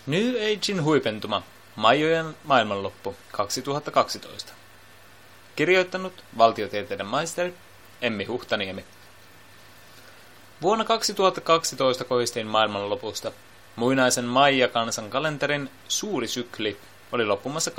New Agein huipentuma. Maijojen maailmanloppu 2012. Kirjoittanut valtiotieteiden maisteri Emmi Huhtaniemi. Vuonna 2012 koistiin maailmanlopusta. Muinaisen Maija-kansan kalenterin suuri sykli oli loppumassa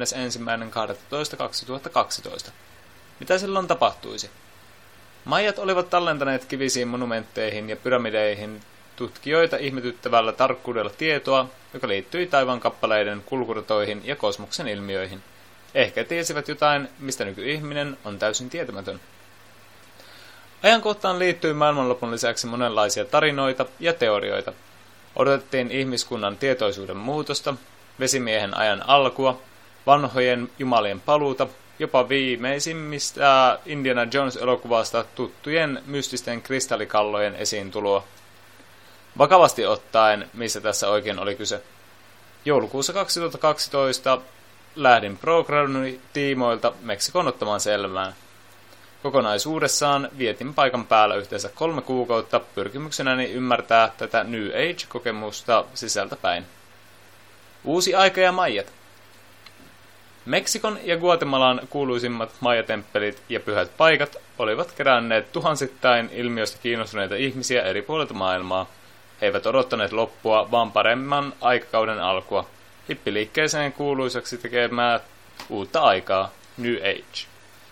21.12.2012. Mitä silloin tapahtuisi? Maijat olivat tallentaneet kivisiin monumentteihin ja pyramideihin tutkijoita ihmetyttävällä tarkkuudella tietoa, joka liittyi taivaankappaleiden kulkuratoihin ja kosmoksen ilmiöihin. Ehkä tiesivät jotain, mistä nykyihminen on täysin tietämätön. Ajankohtaan liittyi maailmanlopun lisäksi monenlaisia tarinoita ja teorioita. Odotettiin ihmiskunnan tietoisuuden muutosta, vesimiehen ajan alkua, vanhojen jumalien paluuta, jopa viimeisimmistä Indiana Jones-elokuvasta tuttujen mystisten kristallikallojen esiintuloa. Vakavasti ottaen, missä tässä oikein oli kyse. Joulukuussa 2012 lähdin programmin tiimoilta Meksikon ottamaan selvää. Kokonaisuudessaan vietin paikan päällä yhteensä 3 kuukautta pyrkimyksenäni ymmärtää tätä New Age-kokemusta sisältäpäin. Uusi aika ja maijat. Meksikon ja Guatemalan kuuluisimmat maijatemppelit ja pyhät paikat olivat keränneet tuhansittain ilmiöstä kiinnostuneita ihmisiä eri puolilta maailmaa. He eivät odottaneet loppua, vaan paremman aikakauden alkua. Hippiliikkeeseen kuuluisaksi tekemään uutta aikaa, New Age.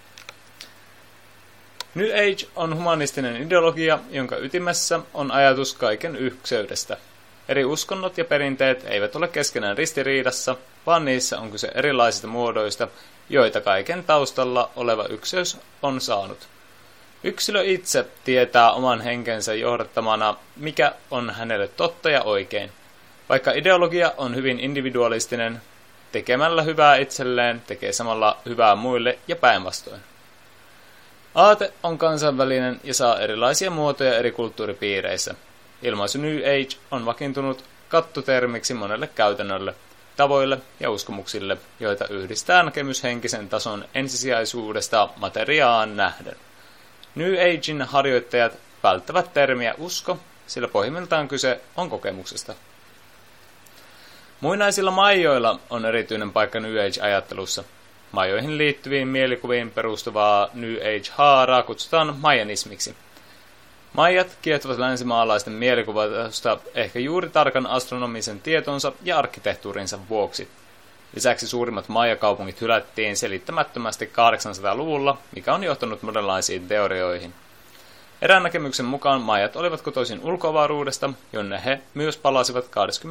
New Age on humanistinen ideologia, jonka ytimessä on ajatus kaiken ykseydestä. Eri uskonnot ja perinteet eivät ole keskenään ristiriidassa, vaan niissä on kyse erilaisista muodoista, joita kaiken taustalla oleva ykseys on saanut. Yksilö itse tietää oman henkensä johdattamana, mikä on hänelle totta ja oikein. Vaikka ideologia on hyvin individualistinen, tekemällä hyvää itselleen tekee samalla hyvää muille ja päinvastoin. Aate on kansainvälinen ja saa erilaisia muotoja eri kulttuuripiireissä. Ilmaisu New Age on vakiintunut kattotermiksi monelle käytännölle, tavoille ja uskomuksille, joita yhdistää näkemys henkisen tason ensisijaisuudesta materiaan nähden. New Agein harjoittajat välttävät termiä usko, sillä pohjimmiltaan kyse on kokemuksesta. Muinaisilla maijoilla on erityinen paikka New Age-ajattelussa. Maijoihin liittyviin mielikuviin perustuvaa New Age-haaraa kutsutaan maijanismiksi. Maijat kiehtovat länsimaalaisten mielikuvasta ehkä juuri tarkan astronomisen tietonsa ja arkkitehtuurinsa vuoksi. Lisäksi suurimmat maijakaupungit hylättiin selittämättömästi 800-luvulla, mikä on johtanut monenlaisiin teorioihin. Erään näkemyksen mukaan maijat olivat kotoisin ulkoavaruudesta, jonne he myös palasivat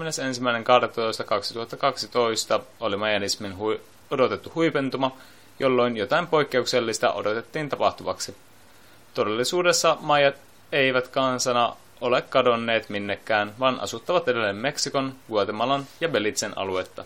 21.12.2012 oli maijanismin odotettu huipentuma, jolloin jotain poikkeuksellista odotettiin tapahtuvaksi. Todellisuudessa maijat eivät kansana ole kadonneet minnekään, vaan asuttavat edelleen Meksikon, Guatemalan ja Belitsen aluetta.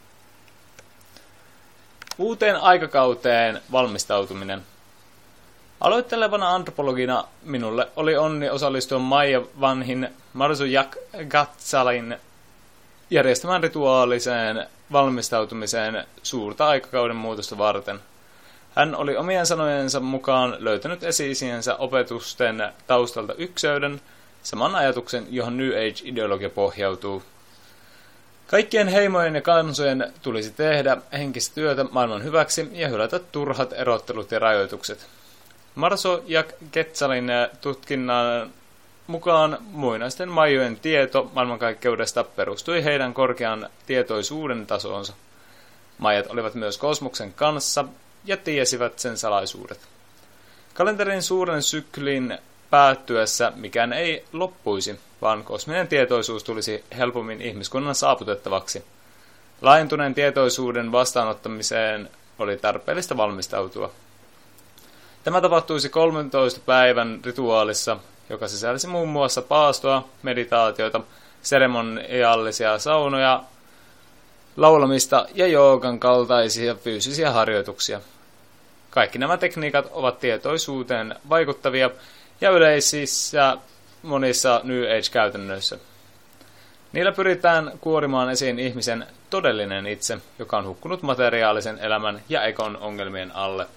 Uuteen aikakauteen valmistautuminen. Aloittelevana antropologina minulle oli onni osallistua Maija vanhin Marzo Gatsalin järjestämään rituaaliseen valmistautumiseen suurta aikakauden muutosta varten. Hän oli omien sanojensa mukaan löytänyt esi-isiensä opetusten taustalta ykseyden, saman ajatuksen, johon New Age-ideologia pohjautuu. Kaikkien heimojen ja kansojen tulisi tehdä henkistä työtä maailman hyväksi ja hylätä turhat erottelut ja rajoitukset. Marzo ja Quetzalin tutkinnan mukaan muinaisten maijojen tieto maailmankaikkeudesta perustui heidän korkean tietoisuuden tasoonsa. Maijat olivat myös kosmoksen kanssa ja tiesivät sen salaisuudet. Kalenterin suuren syklin päättyessä mikään ei loppuisi, vaan kosminen tietoisuus tulisi helpommin ihmiskunnan saavutettavaksi. Laajentuneen tietoisuuden vastaanottamiseen oli tarpeellista valmistautua. Tämä tapahtuisi 13 päivän rituaalissa, joka sisälsi muun muassa paastoa, meditaatioita, seremoniallisia saunoja, laulamista ja joogan kaltaisia fyysisiä harjoituksia. Kaikki nämä tekniikat ovat tietoisuuteen vaikuttavia ja yleisissä monissa New Age-käytännöissä. Niillä pyritään kuorimaan esiin ihmisen todellinen itse, joka on hukkunut materiaalisen elämän ja ekon ongelmien alle.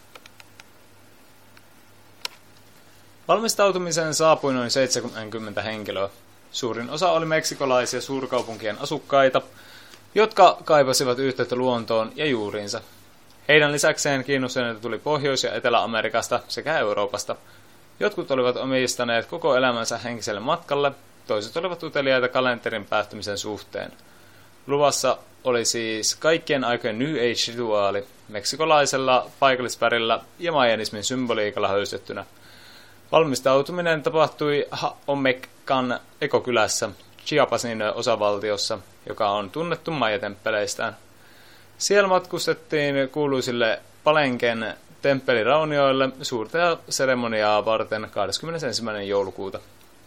Valmistautumiseen saapui noin 70 henkilöä. Suurin osa oli meksikolaisia suurkaupunkien asukkaita, jotka kaipasivat yhteyttä luontoon ja juuriinsa. Heidän lisäkseen kiinnostuneita tuli Pohjois- ja Etelä-Amerikasta sekä Euroopasta. Jotkut olivat omistaneet koko elämänsä henkiselle matkalle, toiset olivat uteliaita kalenterin päättymisen suhteen. Luvassa oli siis kaikkien aikojen New Age-rituaali, meksikolaisella paikallisvärillä ja mayanismin symboliikalla höystettynä. Valmistautuminen tapahtui Omekan ekokylässä, Chiapasin osavaltiossa, joka on tunnettu mayatemppeleistään. Siellä matkustettiin kuuluisille Palenken temppeliraunioille suurta seremoniaa varten 21. joulukuuta.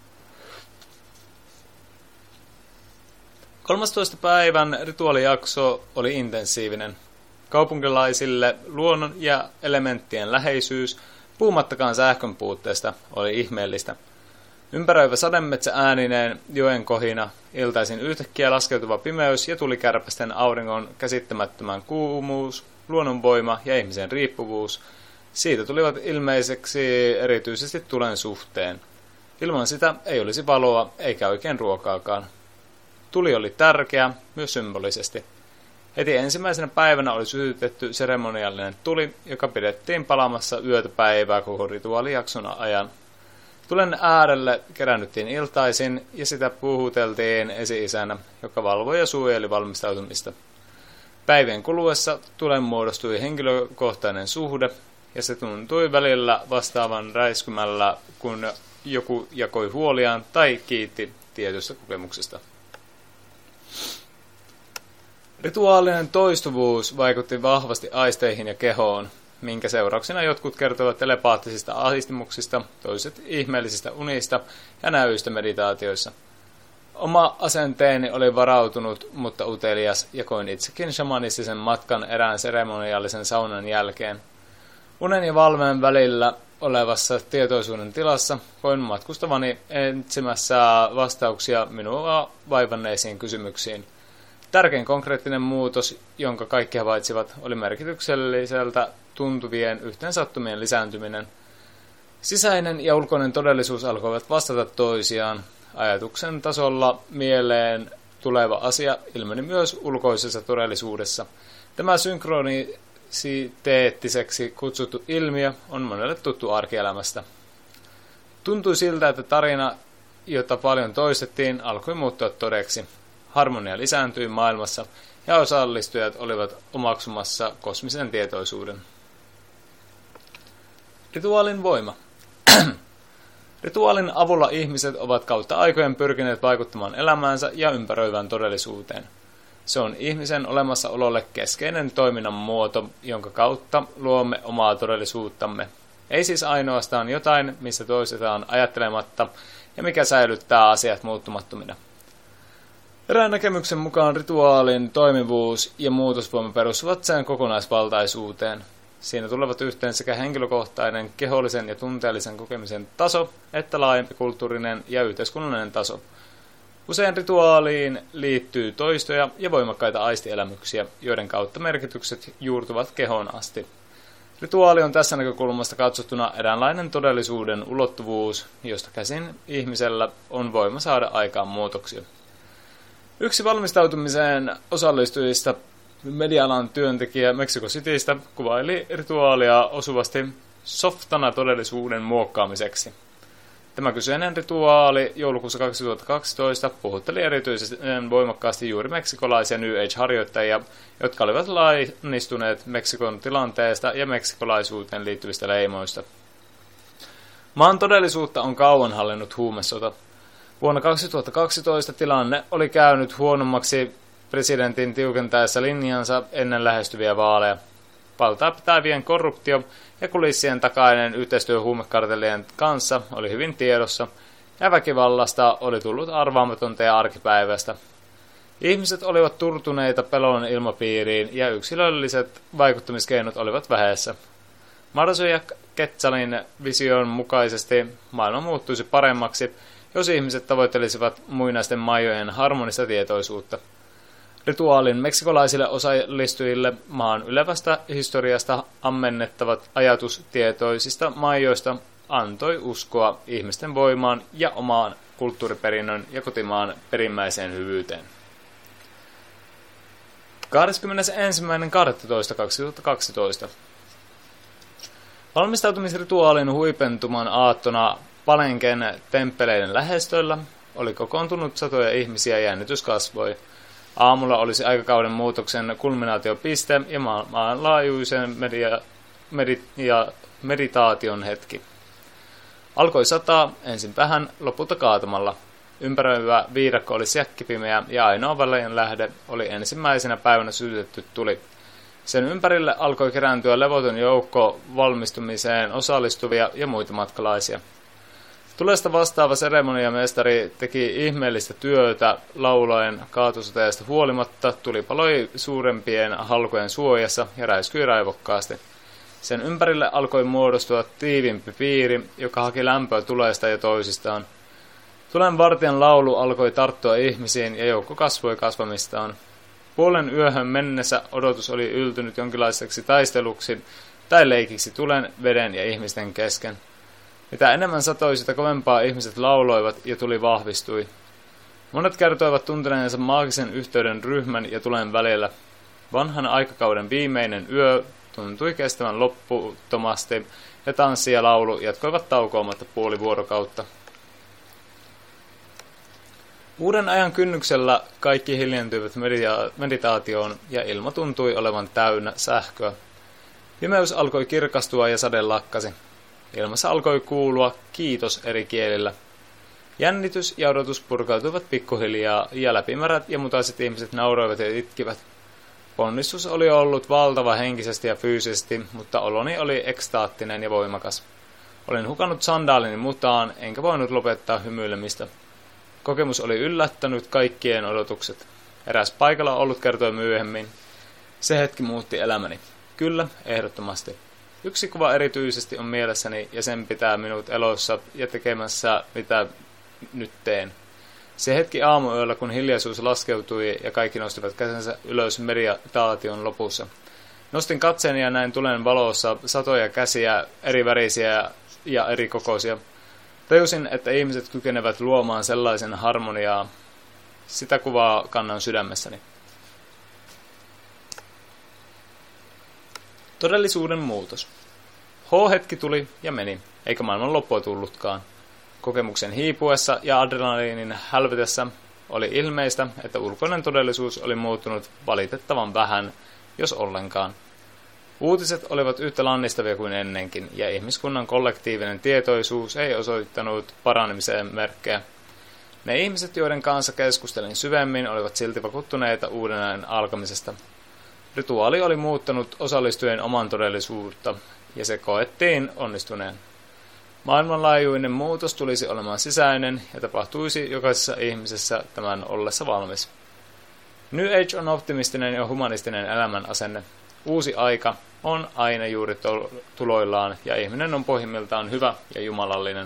13. päivän rituaalijakso oli intensiivinen. Kaupunkilaisille luonnon ja elementtien läheisyys, puhumattakaan sähkön puutteesta, oli ihmeellistä. Ympäröivä sademetsä äänineen, joen kohina, iltaisin yhtäkkiä laskeutuva pimeys ja tulikärpästen auringon käsittämättömän kuumuus, luonnonvoima ja ihmisen riippuvuus. Siitä tulivat ilmeiseksi erityisesti tulen suhteen. Ilman sitä ei olisi valoa eikä oikein ruokaakaan. Tuli oli tärkeä, myös symbolisesti. Heti ensimmäisenä päivänä oli sytytetty seremoniallinen tuli, joka pidettiin palamassa yötä päivää koko rituaalijakson ajan. Tulen äärelle kerännyttiin iltaisin ja sitä puhuteltiin esi-isänä, joka valvoi ja suojeli valmistautumista. Päivien kuluessa tulen muodostui henkilökohtainen suhde ja se tuntui välillä vastaavan räiskymällä, kun joku jakoi huoliaan tai kiitti tietystä kokemuksesta. Rituaalinen toistuvuus vaikutti vahvasti aisteihin ja kehoon, minkä seurauksena jotkut kertovat telepaattisista aistimuksista, toiset ihmeellisistä unista ja näyistä meditaatioissa. Oma asenteeni oli varautunut, mutta utelias, ja koin itsekin shamanistisen matkan erään seremoniallisen saunan jälkeen. Unen ja valveen välillä olevassa tietoisuuden tilassa koin matkustavani etsimässä vastauksia minua vaivanneisiin kysymyksiin. Tärkein konkreettinen muutos, jonka kaikki havaitsivat, oli merkitykselliseltä tuntuvien yhteensattumien lisääntyminen. Sisäinen ja ulkoinen todellisuus alkoivat vastata toisiaan. Ajatuksen tasolla mieleen tuleva asia ilmeni myös ulkoisessa todellisuudessa. Tämä synkronisiteettiseksi kutsuttu ilmiö on monelle tuttu arkielämästä. Tuntui siltä, että tarina, jota paljon toistettiin, alkoi muuttua todeksi. Harmonia lisääntyi maailmassa ja osallistujat olivat omaksumassa kosmisen tietoisuuden. Rituaalin voima. Rituaalin avulla ihmiset ovat kautta aikojen pyrkineet vaikuttamaan elämäänsä ja ympäröivään todellisuuteen. Se on ihmisen olemassaololle keskeinen toiminnan muoto, jonka kautta luomme omaa todellisuuttamme. Ei siis ainoastaan jotain, missä toistetaan ajattelematta ja mikä säilyttää asiat muuttumattomina. Erään näkemyksen mukaan rituaalin toimivuus ja muutosvoima perustuvat sen kokonaisvaltaisuuteen. Siinä tulevat yhteen sekä henkilökohtainen, kehollisen ja tunteellisen kokemisen taso, että laajempi kulttuurinen ja yhteiskunnallinen taso. Usein rituaaliin liittyy toistoja ja voimakkaita aistielämyksiä, joiden kautta merkitykset juurtuvat kehoon asti. Rituaali on tässä näkökulmasta katsottuna eräänlainen todellisuuden ulottuvuus, josta käsin ihmisellä on voima saada aikaan muutoksia. Yksi valmistautumiseen osallistujista, media-alan työntekijä Mexico Citystä, kuvaili rituaalia osuvasti softana todellisuuden muokkaamiseksi. Tämä kyseinen rituaali joulukuussa 2012 puhutteli erityisesti voimakkaasti juuri meksikolaisia New Age-harjoittajia, jotka olivat lainistuneet Meksikon tilanteesta ja meksikolaisuuteen liittyvistä leimoista. Maan todellisuutta on kauan hallinnut huumesota. Vuonna 2012 tilanne oli käynyt huonommaksi presidentin tiukentaessa linjansa ennen lähestyviä vaaleja. Valtaa pitävien korruptio ja kulissien takainen yhteistyö huumekartellien kanssa oli hyvin tiedossa, ja väkivallasta oli tullut arvaamatonta ja arkipäiväistä. Ihmiset olivat turtuneita pelon ilmapiiriin ja yksilölliset vaikuttamiskeinot olivat vähässä. Marzo ja Quetzalin vision mukaisesti maailma muuttuisi paremmaksi, jos ihmiset tavoittelisivat muinaisten majojen harmonista tietoisuutta. Rituaalin meksikolaisille osallistujille maan ylevästä historiasta ammennettavat ajatus tietoisista majoista antoi uskoa ihmisten voimaan ja omaan kulttuuriperinnön ja kotimaan perimmäiseen hyvyyteen. 21.12.2012. Valmistautumisrituaalin huipentuman aattona Palenken temppeleiden lähestöllä oli kokoontunut satoja ihmisiä ja jännitys kasvoi. Aamulla olisi aikakauden muutoksen kulminaatiopiste ja maanlaajuisen meditaation hetki. Alkoi sataa, ensin vähän, lopulta kaatamalla. Ympäröivä viidakko oli säkkipimeä ja ainoa valojen lähde oli ensimmäisenä päivänä sytytetty tuli. Sen ympärille alkoi kerääntyä levoton joukko valmistumiseen osallistuvia ja muita matkalaisia. Tulesta vastaava seremoniamestari teki ihmeellistä työtä laulaen kaatosateesta huolimatta, tuli paloi suurempien halkojen suojassa ja räiskyi raivokkaasti. Sen ympärille alkoi muodostua tiivimpi piiri, joka haki lämpöä tulesta ja toisistaan. Tulen vartijan laulu alkoi tarttua ihmisiin ja joukko kasvoi kasvamistaan. Puolen yöhön mennessä odotus oli yltynyt jonkinlaiseksi taisteluksi tai leikiksi tulen, veden ja ihmisten kesken. Mitä enemmän satoi, sitä kovempaa ihmiset lauloivat ja tuli vahvistui. Monet kertoivat tunteneensa maagisen yhteyden ryhmän ja tulen välillä. Vanhan aikakauden viimeinen yö tuntui kestävän lopputtomasti ja tanssi ja laulu jatkoivat taukoamatta puoli vuorokautta. Uuden ajan kynnyksellä kaikki hiljentyivät meditaatioon ja ilma tuntui olevan täynnä sähköä. Pimeys alkoi kirkastua ja sade lakkasi. Ilmassa alkoi kuulua kiitos eri kielillä. Jännitys ja odotus purkautuivat pikkuhiljaa ja läpimärät ja mutaiset ihmiset nauroivat ja itkivät. Ponnistus oli ollut valtava henkisesti ja fyysisesti, mutta oloni oli ekstaattinen ja voimakas. Olin hukannut sandaalini mutaan, enkä voinut lopettaa hymyilemistä. Kokemus oli yllättänyt kaikkien odotukset. Eräs paikalla ollut kertoi myöhemmin. Se hetki muutti elämäni. Kyllä, ehdottomasti. Yksi kuva erityisesti on mielessäni ja sen pitää minut elossa ja tekemässä mitä nyt teen. Se hetki aamuyöllä, kun hiljaisuus laskeutui ja kaikki nostivat käsensä ylös meditaation lopussa. Nostin katseeni ja näin tulen valossa satoja käsiä, eri värisiä ja eri kokoisia. Tajusin, että ihmiset kykenevät luomaan sellaisen harmoniaa. Sitä kuvaa kannan sydämessäni. Todellisuuden muutos. H-hetki tuli ja meni, eikä maailman loppua tullutkaan. Kokemuksen hiipuessa ja adrenaliinin hälvetessä oli ilmeistä, että ulkoinen todellisuus oli muuttunut valitettavan vähän, jos ollenkaan. Uutiset olivat yhtä lannistavia kuin ennenkin, ja ihmiskunnan kollektiivinen tietoisuus ei osoittanut paranemiseen merkkejä. Ne ihmiset, joiden kanssa keskustelin syvemmin, olivat silti vakuuttuneita uuden alkamisesta. Rituaali oli muuttanut osallistujien oman todellisuutta, ja se koettiin onnistuneen. Maailmanlaajuinen muutos tulisi olemaan sisäinen ja tapahtuisi jokaisessa ihmisessä tämän ollessa valmis. New Age on optimistinen ja humanistinen elämän asenne. Uusi aika on aina juuri tuloillaan ja ihminen on pohjimmiltaan hyvä ja jumalallinen.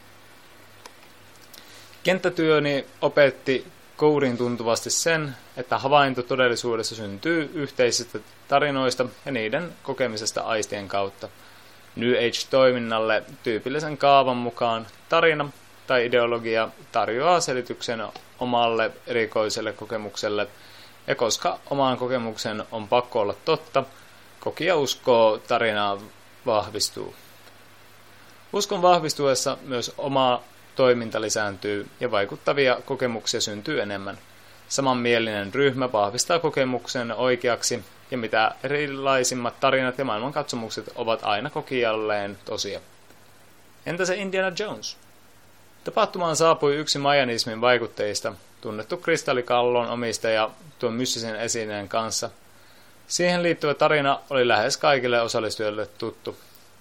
Kenttätyöni opetti kouriin tuntuvasti sen, että havainto todellisuudessa syntyy yhteisistä tarinoista ja niiden kokemisesta aistien kautta. New Age-toiminnalle tyypillisen kaavan mukaan tarina tai ideologia tarjoaa selityksen omalle erikoiselle kokemukselle, ja koska omaan kokemuksen on pakko olla totta, kokija uskoo tarinaa vahvistuu. Uskon vahvistuessa myös oma toiminta lisääntyy ja vaikuttavia kokemuksia syntyy enemmän. Samanmielinen ryhmä vahvistaa kokemuksen oikeaksi ja mitä erilaisimmat tarinat ja maailmankatsomukset ovat aina kokijalleen tosia. Entä se Indiana Jones? Tapahtumaan saapui yksi majanismin vaikutteista, tunnettu kristallikallon omistaja tuon mystisen esineen kanssa. Siihen liittyvä tarina oli lähes kaikille osallistujille tuttu.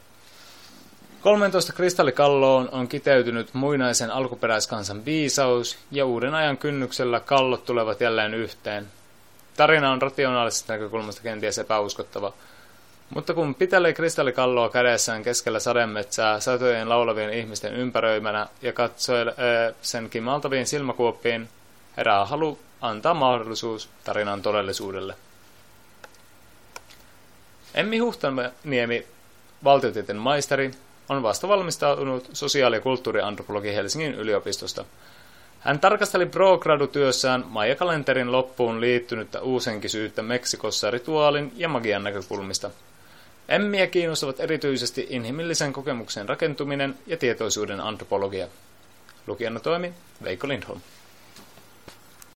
13 kristallikalloon on kiteytynyt muinaisen alkuperäiskansan viisaus, ja uuden ajan kynnyksellä kallot tulevat jälleen yhteen. Tarina on rationaalisesta näkökulmasta kenties epäuskottava, mutta kun pitelee kristallikalloa kädessään keskellä sademetsää satojen laulavien ihmisten ympäröimänä ja katsoi sen kimaltaviin silmäkuoppiin, herää halu antaa mahdollisuus tarinan todellisuudelle. Emmi Huhtaniemi, valtiotieteen maisteri, on vasta valmistautunut sosiaali- ja kulttuuriantropologi Helsingin yliopistosta. Hän tarkasteli pro-gradu-työssään Maija-kalenterin loppuun liittynyttä uusenkisyyttä Meksikossa rituaalin ja magian näkökulmista. Emmiä kiinnostavat erityisesti inhimillisen kokemuksen rakentuminen ja tietoisuuden antropologia. Lukijana toimi Veikko Lindholm.